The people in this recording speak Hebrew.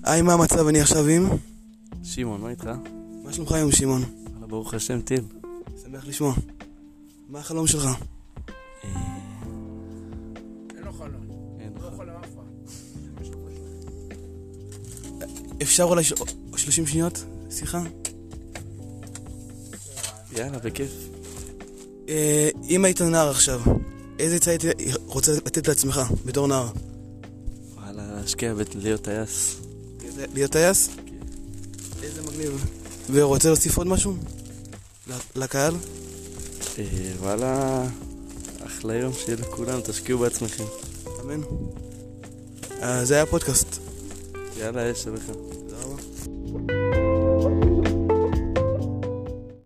היי, מה המצב? אני עכשיו עם... שמעון, מה איתך? מה שלומך היום, שמעון? ברוך השם, טיל. שמח לשמוע. מה החלום שלך? אין לו חלום. לא חלום אף פעם. אפשר אולי 30 שניות? שיחה? יאללה, בכיף. אם היית נער עכשיו, איזה עצה היית רוצה לתת לעצמך בתור נער? וואלה, להשקיע להיות טייס. להיות טייס? איזה מגניב. ורוצה להוסיף עוד משהו? לקהל? וואלה, אחלה יום שיהיה לכולם, תשקיעו בעצמכם. אמן. זה היה הפודקאסט. יאללה, יש עליכם.